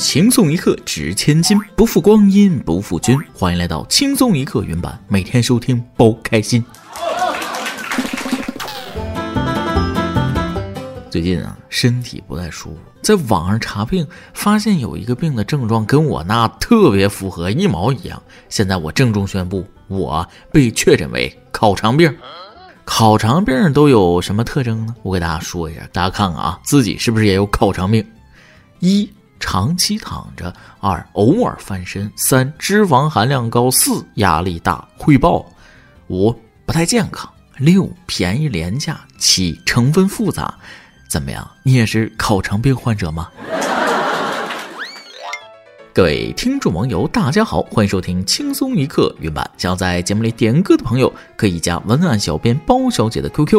轻松一刻值千金，不负光阴不负君。欢迎来到轻松一刻云版，每天收听包开心。最近身体不太舒服，在网上查病，发现有一个病的症状跟我那特别符合，一毛一样。现在我郑重宣布，我被确诊为烤肠病。烤肠病都有什么特征呢？我给大家说一下，大家看看啊，自己是不是也有烤肠病？一、长期躺着；二、偶尔翻身；三、脂肪含量高；四、压力大会爆；五、不太健康；六、便宜廉价；七、成分复杂。怎么样，你也是烤肠病患者吗？各位听众网友大家好，欢迎收听轻松一刻云版。想要在节目里点歌的朋友，可以加文案小编包小姐的 QQ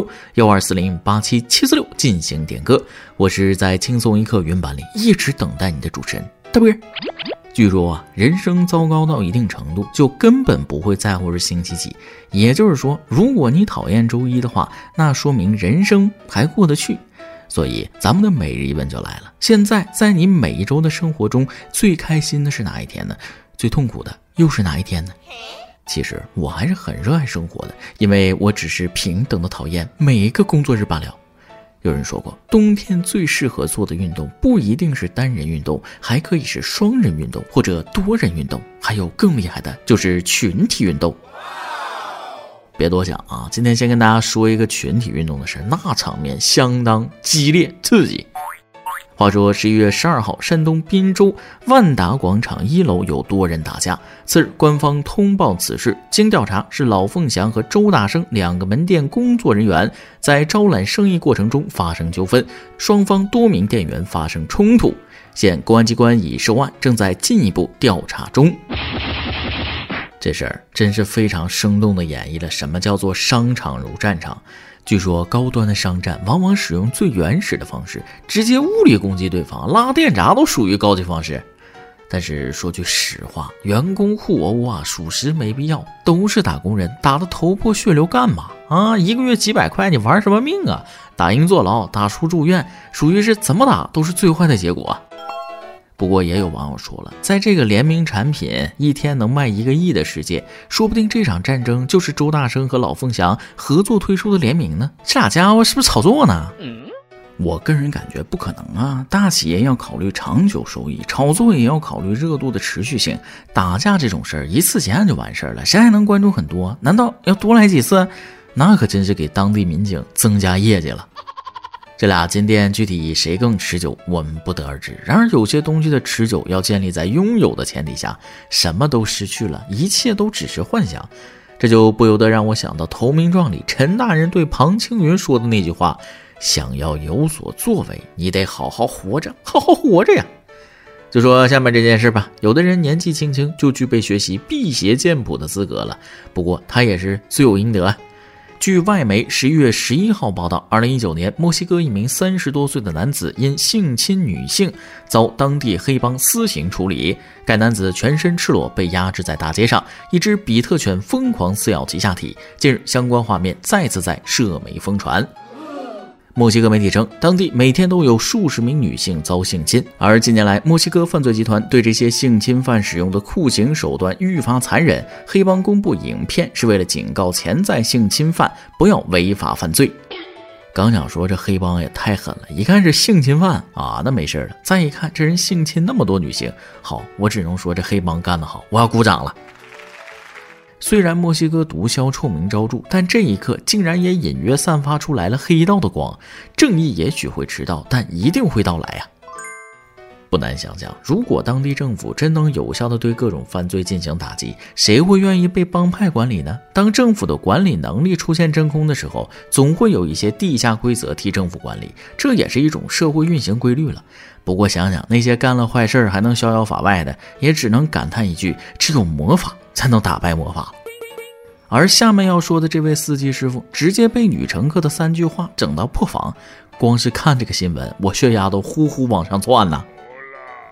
124087746进行点歌。我是在轻松一刻云版里一直等待你的主持人大波。据说人生糟糕到一定程度，就根本不会在乎是星期几。也就是说，如果你讨厌周一的话，那说明人生还过得去。所以咱们的每日一问就来了，现在在你每一周的生活中，最开心的是哪一天呢？最痛苦的又是哪一天呢？其实我还是很热爱生活的，因为我只是平等的讨厌每一个工作日罢了。有人说过，冬天最适合做的运动不一定是单人运动，还可以是双人运动或者多人运动，还有更厉害的就是群体运动。别多想啊，今天先跟大家说一个群体运动的事，那场面相当激烈刺激。话说11月12号，山东滨州万达广场1楼有多人打架。次日，官方通报此事，经调查是老凤祥和周大生两个门店工作人员在招揽生意过程中发生纠纷，双方多名店员发生冲突。现公安机关已收案，正在进一步调查中。这事儿真是非常生动地演绎了什么叫做商场如战场。据说高端的商战往往使用最原始的方式，直接物理攻击对方，拉电闸都属于高级方式。但是说句实话，员工互殴啊，属实没必要，都是打工人，打得头破血流干嘛啊？一个月几百块，你玩什么命啊？打赢坐牢，打输住院，属于是怎么打都是最坏的结果。不过也有网友说了，在这个联名产品一天能卖1个亿的世界，说不定这场战争就是周大生和老凤祥合作推出的联名呢。这俩家伙是不是炒作呢？我个人感觉不可能啊，大企业要考虑长久收益，炒作也要考虑热度的持续性。打架这种事儿一次结案就完事儿了，谁还能关注很多？难道要多来几次？那可真是给当地民警增加业绩了。这俩金店具体谁更持久，我们不得而知。然而有些东西的持久要建立在拥有的前提下，什么都失去了，一切都只是幻想。这就不由得让我想到《投名状》里陈大人对庞青云说的那句话，想要有所作为，你得好好活着，好好活着呀。就说下面这件事吧，有的人年纪轻轻就具备学习辟邪剑谱的资格了，不过他也是罪有应得啊。据外媒11月11号报道，2019年墨西哥一名30多岁的男子因性侵女性遭当地黑帮私刑处理，该男子全身赤裸被压制在大街上，一只比特犬疯狂撕咬其下体。近日相关画面再次在社媒疯传。墨西哥媒体称，当地每天都有数十名女性遭性侵，而近年来墨西哥犯罪集团对这些性侵犯使用的酷刑手段愈发残忍，黑帮公布影片是为了警告潜在性侵犯不要违法犯罪。刚想说这黑帮也太狠了，一看是性侵犯啊，那没事了，再一看这人性侵那么多女性，好，我只能说这黑帮干得好，我要鼓掌了。虽然墨西哥毒枭臭名昭著，但这一刻竟然也隐约散发出来了黑道的光。正义也许会迟到，但一定会到来啊！不难想象，如果当地政府真能有效地对各种犯罪进行打击，谁会愿意被帮派管理呢？当政府的管理能力出现真空的时候，总会有一些地下规则替政府管理，这也是一种社会运行规律了。不过想想那些干了坏事还能逍遥法外的，也只能感叹一句，只有魔法才能打败魔法。而下面要说的这位司机师傅，直接被女乘客的3句话整到破防，光是看这个新闻，我血压都呼呼往上窜呐。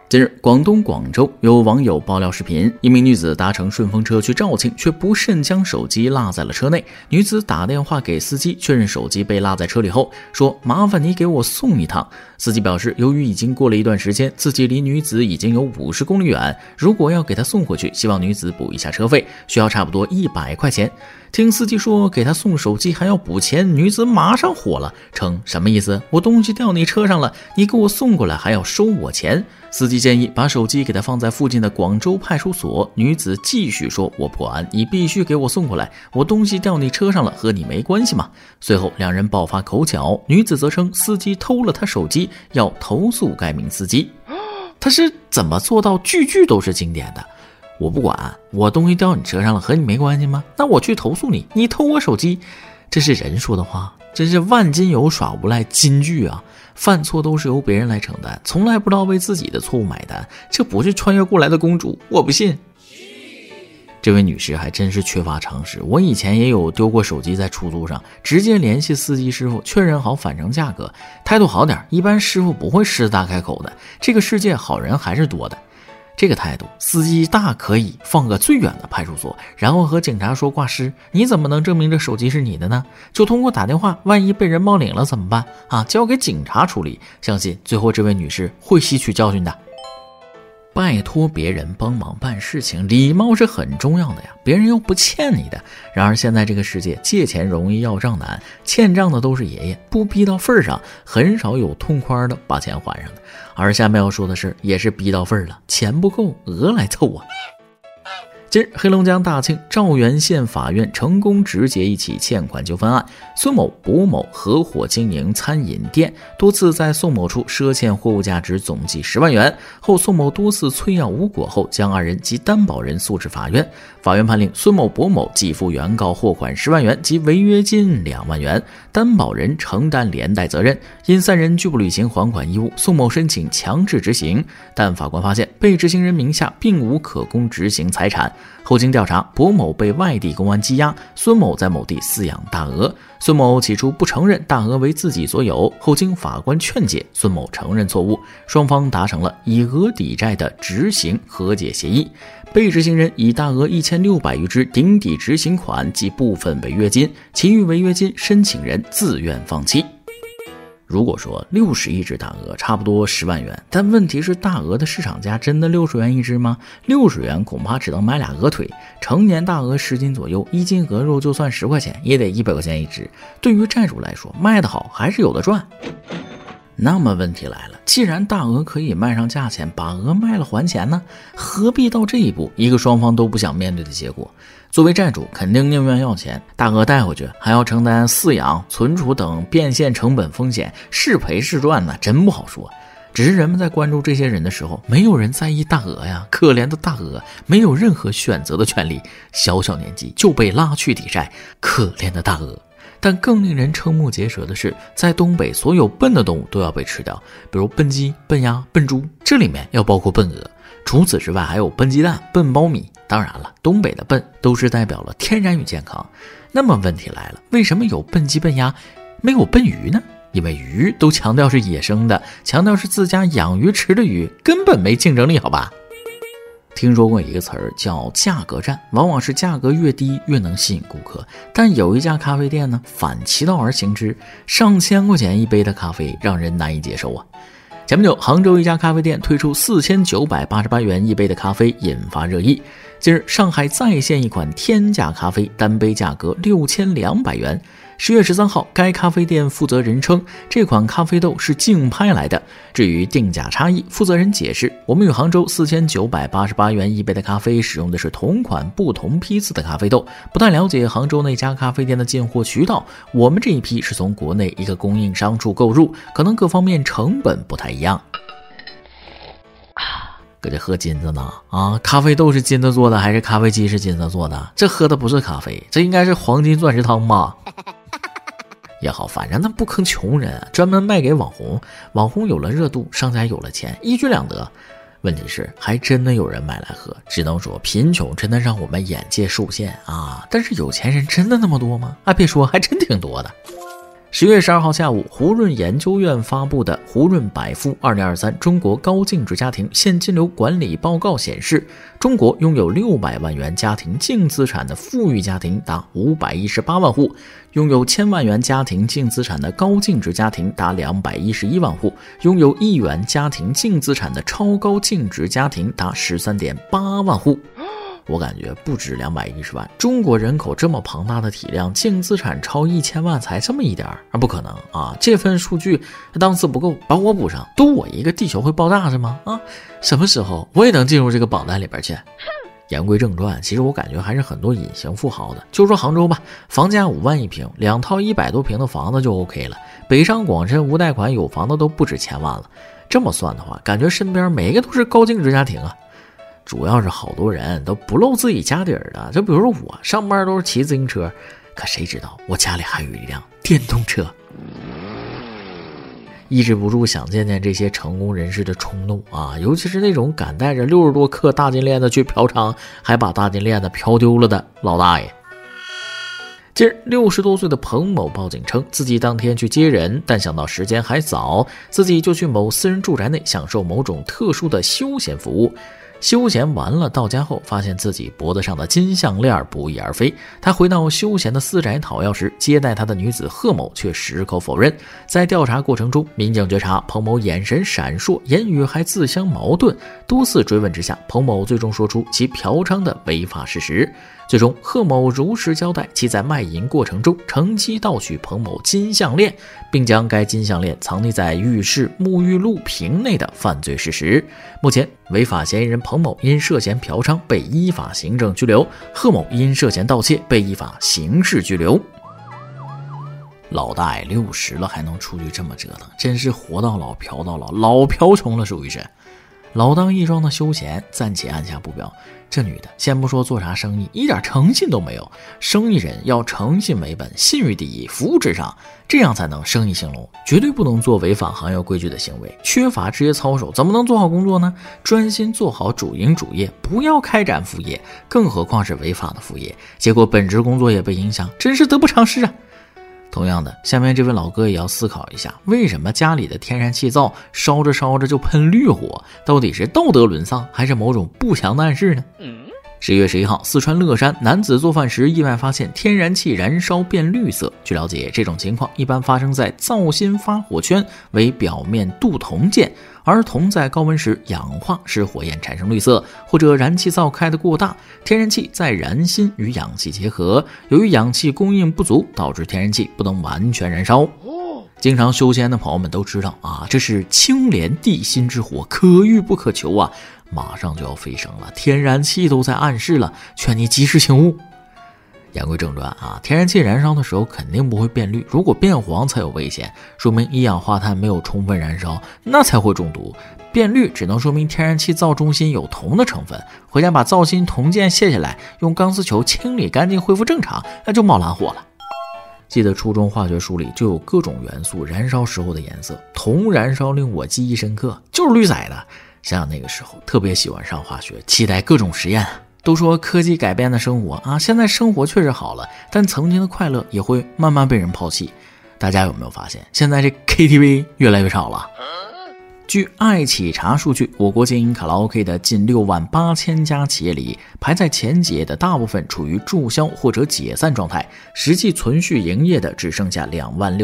近日，广东广州有网友爆料视频，一名女子搭乘顺风车去肇庆，却不慎将手机落在了车内。女子打电话给司机确认手机被落在车里后，说麻烦你给我送一趟。司机表示，由于已经过了一段时间，自己离女子已经有50公里远，如果要给她送回去，希望女子补一下车费，需要差不多100块钱。听司机说给她送手机还要补钱，女子马上火了，称什么意思？我东西掉你车上了，你给我送过来还要收我钱？司机建议把手机给她放在附近的广州派出所，女子继续说我不管，你必须给我送过来，我东西掉你车上了和你没关系嘛。随后两人爆发口角，女子则称司机偷了她手机，要投诉该名司机。他是怎么做到句句都是经典的？我不管，我东西掉你车上了和你没关系吗？那我去投诉你，你偷我手机。这是人说的话，真是万金油耍无赖金句啊！犯错都是由别人来承担，从来不知道为自己的错误买单，这不是穿越过来的公主，我不信。这位女士还真是缺乏常识，我以前也有丢过手机在出租上，直接联系司机师傅确认好返程价格，态度好点，一般师傅不会狮子大开口的，这个世界好人还是多的。这个态度，司机大可以放个最远的派出所，然后和警察说挂失。你怎么能证明这手机是你的呢？就通过打电话，万一被人冒领了怎么办啊？交给警察处理，相信最后这位女士会吸取教训的。拜托别人帮忙办事情，礼貌是很重要的呀，别人又不欠你的。然而现在这个世界，借钱容易要账难，欠账的都是爷爷，不逼到份上，很少有痛快的把钱还上的。而下面要说的是，也是逼到份了，钱不够，鹅来凑啊。近日，黑龙江大庆肇源县法院成功直结一起欠款纠纷案，孙某、卜某合伙经营餐饮店，多次在宋某处赊欠货物价值总计10万元。后宋某多次催要无果后，将2人及担保人诉至法院。法院判令孙某、卜某给付原告货款10万元及违约金2万元，担保人承担连带责任。因3人拒不履行还款义务，宋某申请强制执行，但法官发现被执行人名下并无可供执行财产。后经调查，卜某被外地公安羁押，孙某在某地饲养大鹅。孙某起初不承认大鹅为自己所有，后经法官劝解，孙某承认错误，双方达成了以鹅抵债的执行和解协议。被执行人以大鹅1600余只顶抵执行款及部分违约金，其余违约金申请人自愿放弃。如果说60亿只大鹅差不多10万元，但问题是大鹅的市场价真的60元一只吗？60元恐怕只能买俩鹅腿。成年大鹅10斤左右，1斤鹅肉就算10块钱，也得100块钱一只。对于债主来说，卖得好还是有的赚。那么问题来了，既然大鹅可以卖上价钱，把鹅卖了还钱呢？何必到这一步，一个双方都不想面对的结果？作为债主，肯定宁愿要钱，大鹅带回去还要承担饲养、存储等变现成本风险，是赔是赚呢？真不好说。只是人们在关注这些人的时候，没有人在意大鹅呀，可怜的大鹅没有任何选择的权利，小年纪就被拉去抵债，可怜的大鹅。但更令人瞠目结舌的是，在东北所有笨的动物都要被吃掉，比如笨鸡、笨鸭、笨猪，这里面要包括笨鹅。除此之外还有笨鸡蛋、笨苞米，当然了，东北的笨都是代表了天然与健康。那么问题来了，为什么有笨鸡笨鸭没有笨鱼呢？因为鱼都强调是野生的，强调是自家养鱼吃的鱼，根本没竞争力，好吧。听说过一个词儿叫价格战，往往是价格越低越能吸引顾客，但有一家咖啡店呢反其道而行之，上千块钱一杯的咖啡让人难以接受啊。前不久，杭州一家咖啡店推出4988元一杯的咖啡，引发热议。近日，上海再现一款天价咖啡，单杯价格6200元。10月13号，该咖啡店负责人称，这款咖啡豆是竞拍来的。至于定价差异，负责人解释，我们与杭州4988元一杯的咖啡使用的是同款不同批次的咖啡豆，不太了解杭州那家咖啡店的进货渠道，我们这一批是从国内一个供应商处购入，可能各方面成本不太一样。搁这喝金子呢啊！咖啡豆是金子做的还是咖啡机是金子做的？这喝的不是咖啡，这应该是黄金钻石汤吧？也好，反正他不坑穷人，专门卖给网红，网红有了热度，商家有了钱，一举两得。问题是还真的有人买来喝，只能说贫穷真的让我们眼界受限啊！但是有钱人真的那么多吗？别说，还真挺多的。 10月12号下午，胡润研究院发布的胡润百富2023中国高净值家庭现金流管理报告显示，中国拥有600万元家庭净资产的富裕家庭达518万户，拥有1000万元家庭净资产的高净值家庭达211万户，拥有1元家庭净资产的超高净值家庭达13.8万户。我感觉不止210万，中国人口这么庞大的体量，净资产超1000万才这么一点不可能啊！这份数据档次不够，把我补上，多我一个地球会爆炸是吗？什么时候我也能进入这个榜单里边去？言归正传，其实我感觉还是很多隐形富豪的。就说杭州吧，房价5万一平，2套100多平的房子就 OK 了。北上广深无贷款有房的都不止1000万了。这么算的话，感觉身边每个都是高净值家庭啊。主要是好多人都不露自己家底儿的，就比如说我上班都是骑自行车，可谁知道我家里还有一辆电动车。抑制不住想见见这些成功人士的冲动啊，尤其是那种敢带着60多克大金链子去嫖娼，还把大金链子嫖丢了的老大爷。近日，60多岁的彭某报警称，自己当天去接人，但想到时间还早，自己就去某私人住宅内享受某种特殊的休闲服务。休闲完了，到家后发现自己脖子上的金项链不翼而飞。他回到休闲的私宅讨要时，接待他的女子贺某却矢口否认。在调查过程中，民警觉察彭某眼神闪烁，言语还自相矛盾。多次追问之下，彭某最终说出其嫖娼的违法事实。最终，贺某如实交代其在卖淫过程中乘机盗取彭某金项链，并将该金项链藏匿在浴室沐浴露瓶内的犯罪事实。目前，违法嫌疑人彭某因涉嫌嫖娼被依法行政拘留，贺某因涉嫌盗窃被依法刑事拘留。老大爷60了还能出去这么折腾，真是活到老嫖到老，老瓢虫了属于是。老当益壮的休闲暂且按下不表，这女的先不说做啥生意，一点诚信都没有。生意人要诚信为本，信誉第一，服务至上，这样才能生意兴隆。绝对不能做违反行业规矩的行为，缺乏职业操守怎么能做好工作呢？专心做好主营主业，不要开展副业，更何况是违法的副业，结果本职工作也被影响，真是得不偿失啊。同样的，下面这位老哥也要思考一下，为什么家里的天然气灶烧着烧着就喷绿火？到底是道德沦丧，还是某种不祥的暗示呢？10月11号，四川乐山男子做饭时意外发现天然气燃烧变绿色。据了解，这种情况一般发生在灶心发火圈为表面镀铜件，而铜在高温时氧化使火焰产生绿色，或者燃气灶开得过大，天然气在燃心与氧气结合，由于氧气供应不足，导致天然气不能完全燃烧。经常修仙的朋友们都知道啊，这是青莲地心之火，可遇不可求啊，马上就要飞升了，天然气都在暗示了，劝你及时醒悟。言归正传啊，天然气燃烧的时候肯定不会变绿，如果变黄才有危险，说明一氧化碳没有充分燃烧，那才会中毒。变绿只能说明天然气灶中心有铜的成分，回家把灶心铜件卸下来，用钢丝球清理干净，恢复正常，那就冒蓝火了。记得初中化学书里就有各种元素燃烧时候的颜色，铜燃烧令我记忆深刻，就是绿色的。想想那个时候特别喜欢上化学，期待各种实验。都说科技改变了生活啊，现在生活确实好了，但曾经的快乐也会慢慢被人抛弃。大家有没有发现，现在这 KTV 越来越少了？据爱企查数据，我国经营卡拉 OK 的近6万8千家企业里，排在前几页的大部分处于注销或者解散状态，实际存续营业的只剩下2万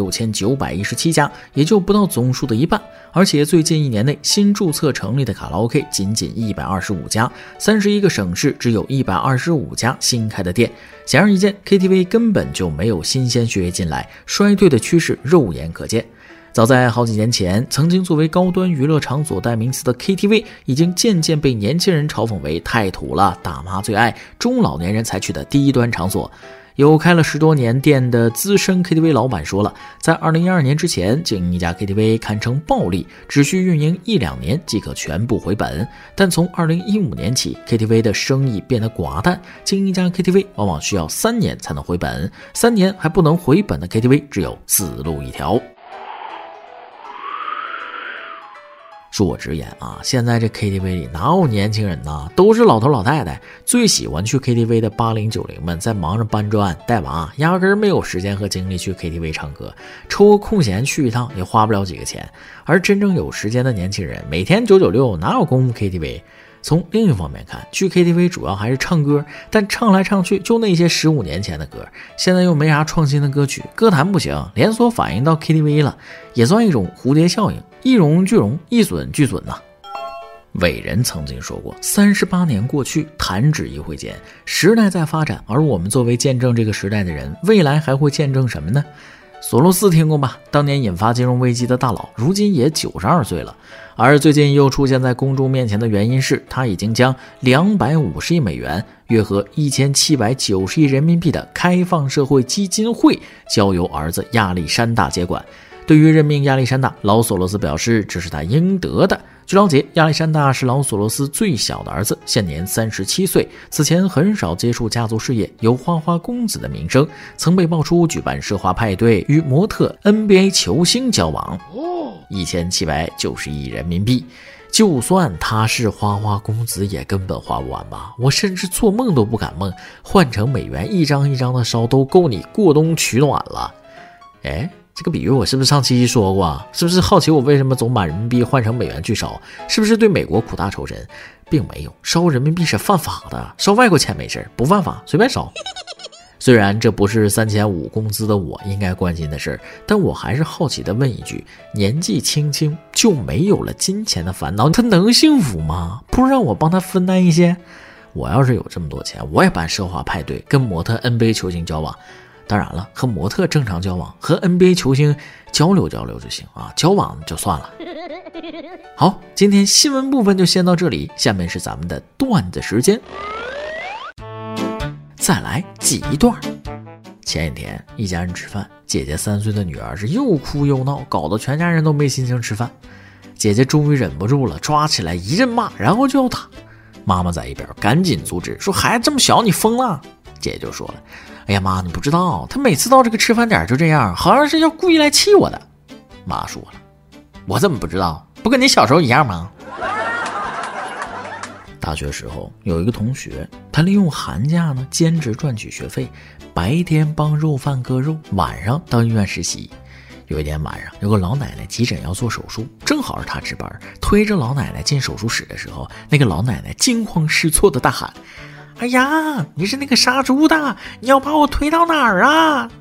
6917家，也就不到总数的一半。而且最近1年内新注册成立的卡拉 OK 仅仅125家，31个省市只有125家新开的店。显而易见， KTV 根本就没有新鲜血液进来，衰退的趋势肉眼可见。早在好几年前，曾经作为高端娱乐场所代名词的 KTV 已经渐渐被年轻人嘲讽为太土了，大妈最爱，中老年人才去的低端场所。有开了10多年店的资深 KTV 老板说了，在2012年之前经营一家 KTV 堪称暴利，只需运营1-2年即可全部回本。但从2015年起， KTV 的生意变得寡淡，经营一家 KTV 往往需要3年才能回本，3年还不能回本的 KTV 只有死路一条。 恕我直言啊，现在这 KTV 里哪有年轻人呢？都是老头老太太。最喜欢去 KTV 的80、90们在忙着搬砖带娃，压根儿没有时间和精力去 KTV 唱歌，抽个空闲去一趟也花不了几个钱。而真正有时间的年轻人，每天996哪有功夫 KTV？从另一方面看，去 KTV 主要还是唱歌，但唱来唱去就那些15年前的歌，现在又没啥创新的歌曲，歌坛不行，连锁反映到 KTV 了，也算一种蝴蝶效应，一荣俱荣，一损俱损呐。伟人曾经说过，38年过去，弹指一挥间，时代在发展，而我们作为见证这个时代的人，未来还会见证什么呢？索罗斯听过吧？当年引发金融危机的大佬，如今也92岁了。而最近又出现在公众面前的原因是，他已经将250亿美元（约合1790亿人民币）的开放社会基金会交由儿子亚历山大接管。对于任命亚历山大，老索罗斯表示这是他应得的。据了解，亚历山大是老索罗斯最小的儿子，现年37岁。此前很少接触家族事业，有花花公子的名声，曾被爆出举办奢华派对，与模特 NBA 球星交往，1790亿人民币。就算他是花花公子，也根本花不完吧？我甚至做梦都不敢梦，换成美元一张一张的烧，都够你过冬取暖了。这个比喻我是不是上期说过啊？是不是好奇我为什么总把人民币换成美元去烧？是不是对美国苦大仇深？并没有，烧人民币是犯法的，烧外国钱没事，不犯法，随便烧。虽然这不是3500工资的我应该关心的事，但我还是好奇的问一句：年纪轻轻就没有了金钱的烦恼，他能幸福吗？不让我帮他分担一些？我要是有这么多钱，我也办奢华派对，跟模特 NBA 球星交往。当然了，和模特正常交往，和 NBA 球星交流交流就行啊，交往就算了。好，今天新闻部分就先到这里，下面是咱们的段子时间。再来记一段。前几天一家人吃饭，姐姐3岁的女儿是又哭又闹，搞得全家人都没心情吃饭。姐姐终于忍不住了，抓起来一阵骂，然后就要打。妈妈在一边赶紧阻止，说孩子这么小你疯了。姐姐就说了，哎呀妈，你不知道，他每次到这个吃饭点就这样，好像是要故意来气我的。妈说了，我怎么不知道？不跟你小时候一样吗？大学时候有一个同学，他利用寒假呢兼职赚取学费，白天帮肉贩割肉，晚上到医院实习。有一天晚上，有个老奶奶急诊要做手术，正好是他值班，推着老奶奶进手术室的时候，那个老奶奶惊慌失措的大喊，哎呀，你是那个杀猪的，你要把我推到哪儿啊？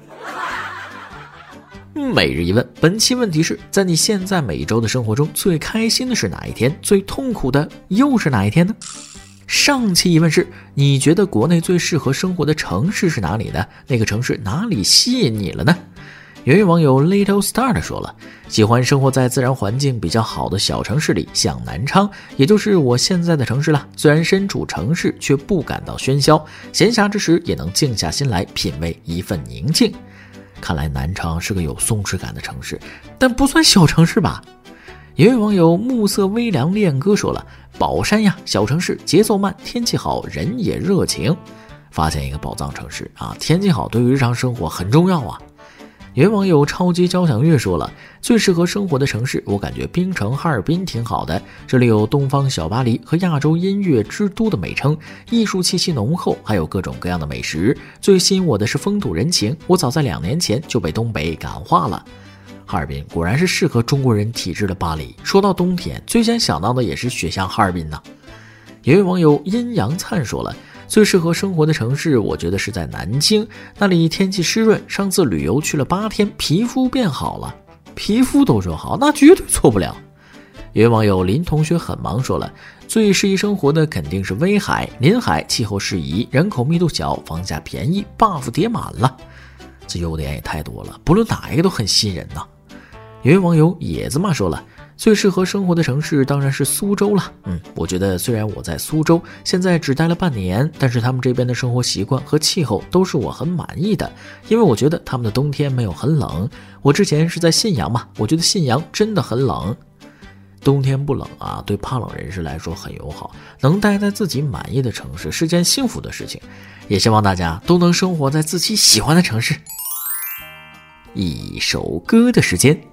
每日一问，本期问题是，在你现在每一周的生活中，最开心的是哪一天？最痛苦的又是哪一天呢？上期疑问是，你觉得国内最适合生活的城市是哪里呢？那个城市哪里吸引你了呢？有位网友 Little Star 说了，喜欢生活在自然环境比较好的小城市里，像南昌，也就是我现在的城市了。虽然身处城市，却不感到喧嚣，闲暇之时也能静下心来品味一份宁静。看来南昌是个有松弛感的城市，但不算小城市吧。有位网友暮色微凉恋歌说了，宝山呀，小城市，节奏慢，天气好，人也热情。发现一个宝藏城市啊，天气好对于日常生活很重要啊。有位网友超级交响乐说了，最适合生活的城市，我感觉冰城哈尔滨挺好的，这里有东方小巴黎和亚洲音乐之都的美称，艺术气息浓厚，还有各种各样的美食。最吸引我的是风土人情，我早在2年前就被东北感化了。哈尔滨果然是适合中国人体质的巴黎。说到冬天，最先想到的也是雪乡哈尔滨呢。有位网友阴阳灿说了，最适合生活的城市，我觉得是在南京，那里天气湿润，上次旅游去了8天，皮肤变好了。皮肤都说好，那绝对错不了。有位网友林同学很忙说了，最适宜生活的肯定是威海、临海，气候适宜，人口密度小，房价便宜， buff 叠满了。这优点也太多了，不论哪一个都很吸引人呐。有位网友野子嘛说了，最适合生活的城市当然是苏州了。我觉得虽然我在苏州现在只待了半年，但是他们这边的生活习惯和气候都是我很满意的，因为我觉得他们的冬天没有很冷。我之前是在信阳嘛，我觉得信阳真的很冷。冬天不冷啊，对怕冷人士来说很友好，能待在自己满意的城市是件幸福的事情，也希望大家都能生活在自己喜欢的城市。一首歌的时间。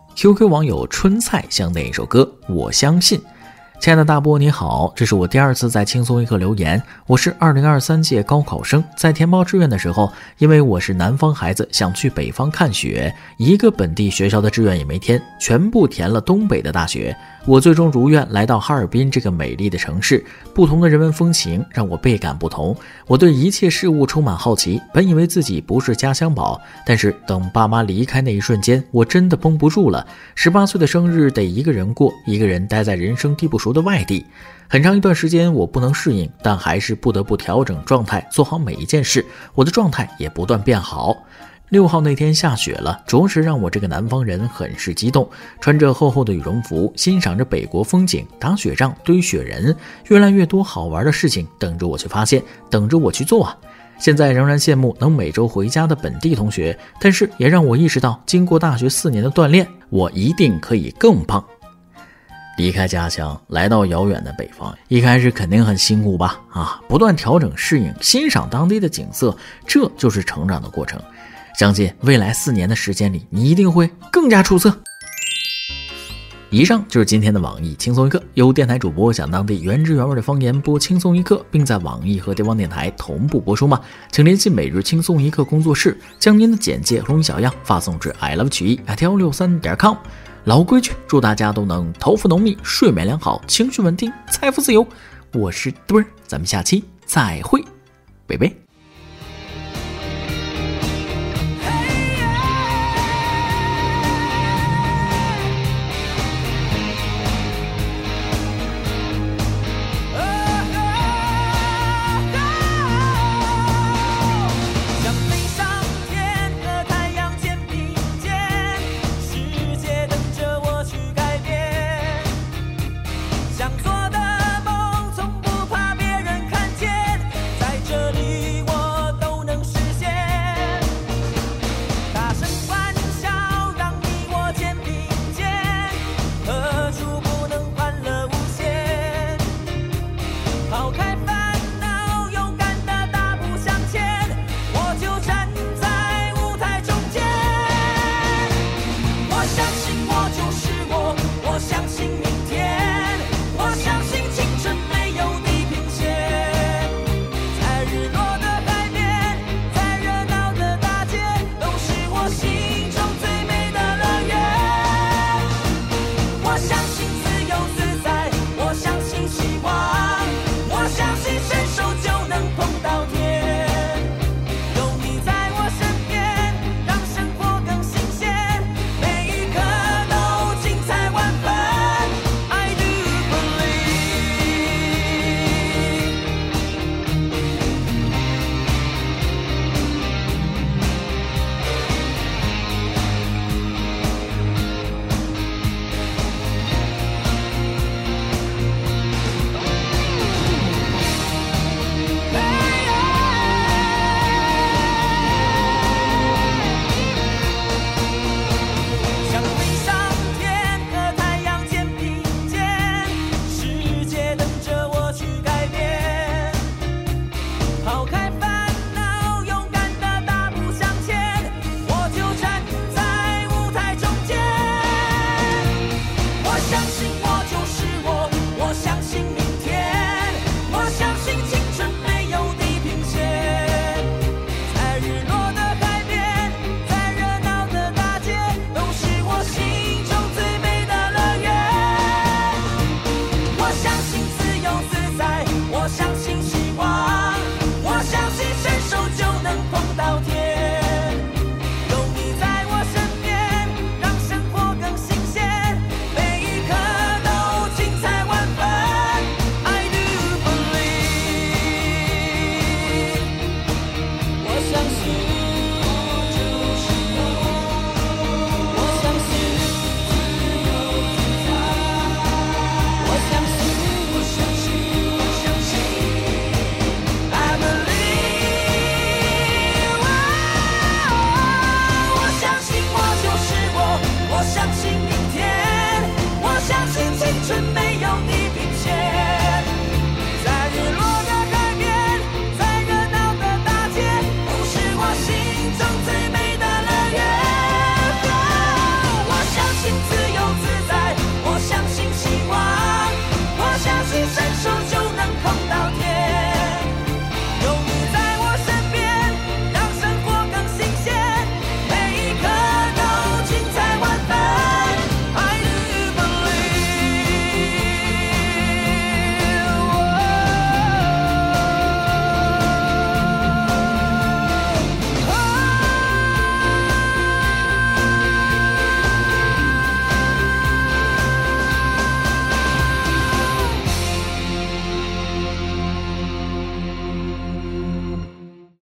QQ 网友春菜想点一首歌《我相信》。亲爱的大波你好，这是我第2次在轻松一刻留言。我是2023届高考生，在填报志愿的时候，因为我是南方孩子，想去北方看雪，一个本地学校的志愿也没填，全部填了东北的大学。我最终如愿来到哈尔滨这个美丽的城市，不同的人文风情让我倍感不同。我对一切事物充满好奇，本以为自己不是家乡宝，但是等爸妈离开那一瞬间，我真的绷不住了。18岁的生日得一个人过，一个人待在人生地不熟的外地，很长一段时间我不能适应，但还是不得不调整状态，做好每一件事。我的状态也不断变好。6号那天下雪了，着实让我这个南方人很是激动。穿着厚厚的羽绒服，欣赏着北国风景，打雪仗，堆雪人，越来越多好玩的事情等着我去发现，等着我去做啊！现在仍然羡慕能每周回家的本地同学，但是也让我意识到，经过大学4年的锻炼，我一定可以更棒。离开家乡来到遥远的北方，一开始肯定很辛苦吧？不断调整适应，欣赏当地的景色，这就是成长的过程。相信未来4年的时间里，你一定会更加出色。以上就是今天的网易轻松一刻，由电台主播讲当地原汁原味的方言播轻松一刻，并在网易和地方电台同步播出吗？请联系每日轻松一刻工作室，将您的简介和录音小样发送至 iLoveQi@163.com。老规矩，祝大家都能头发浓密，睡眠良好，情绪稳定，财富自由。我是墩儿，咱们下期再会，拜拜。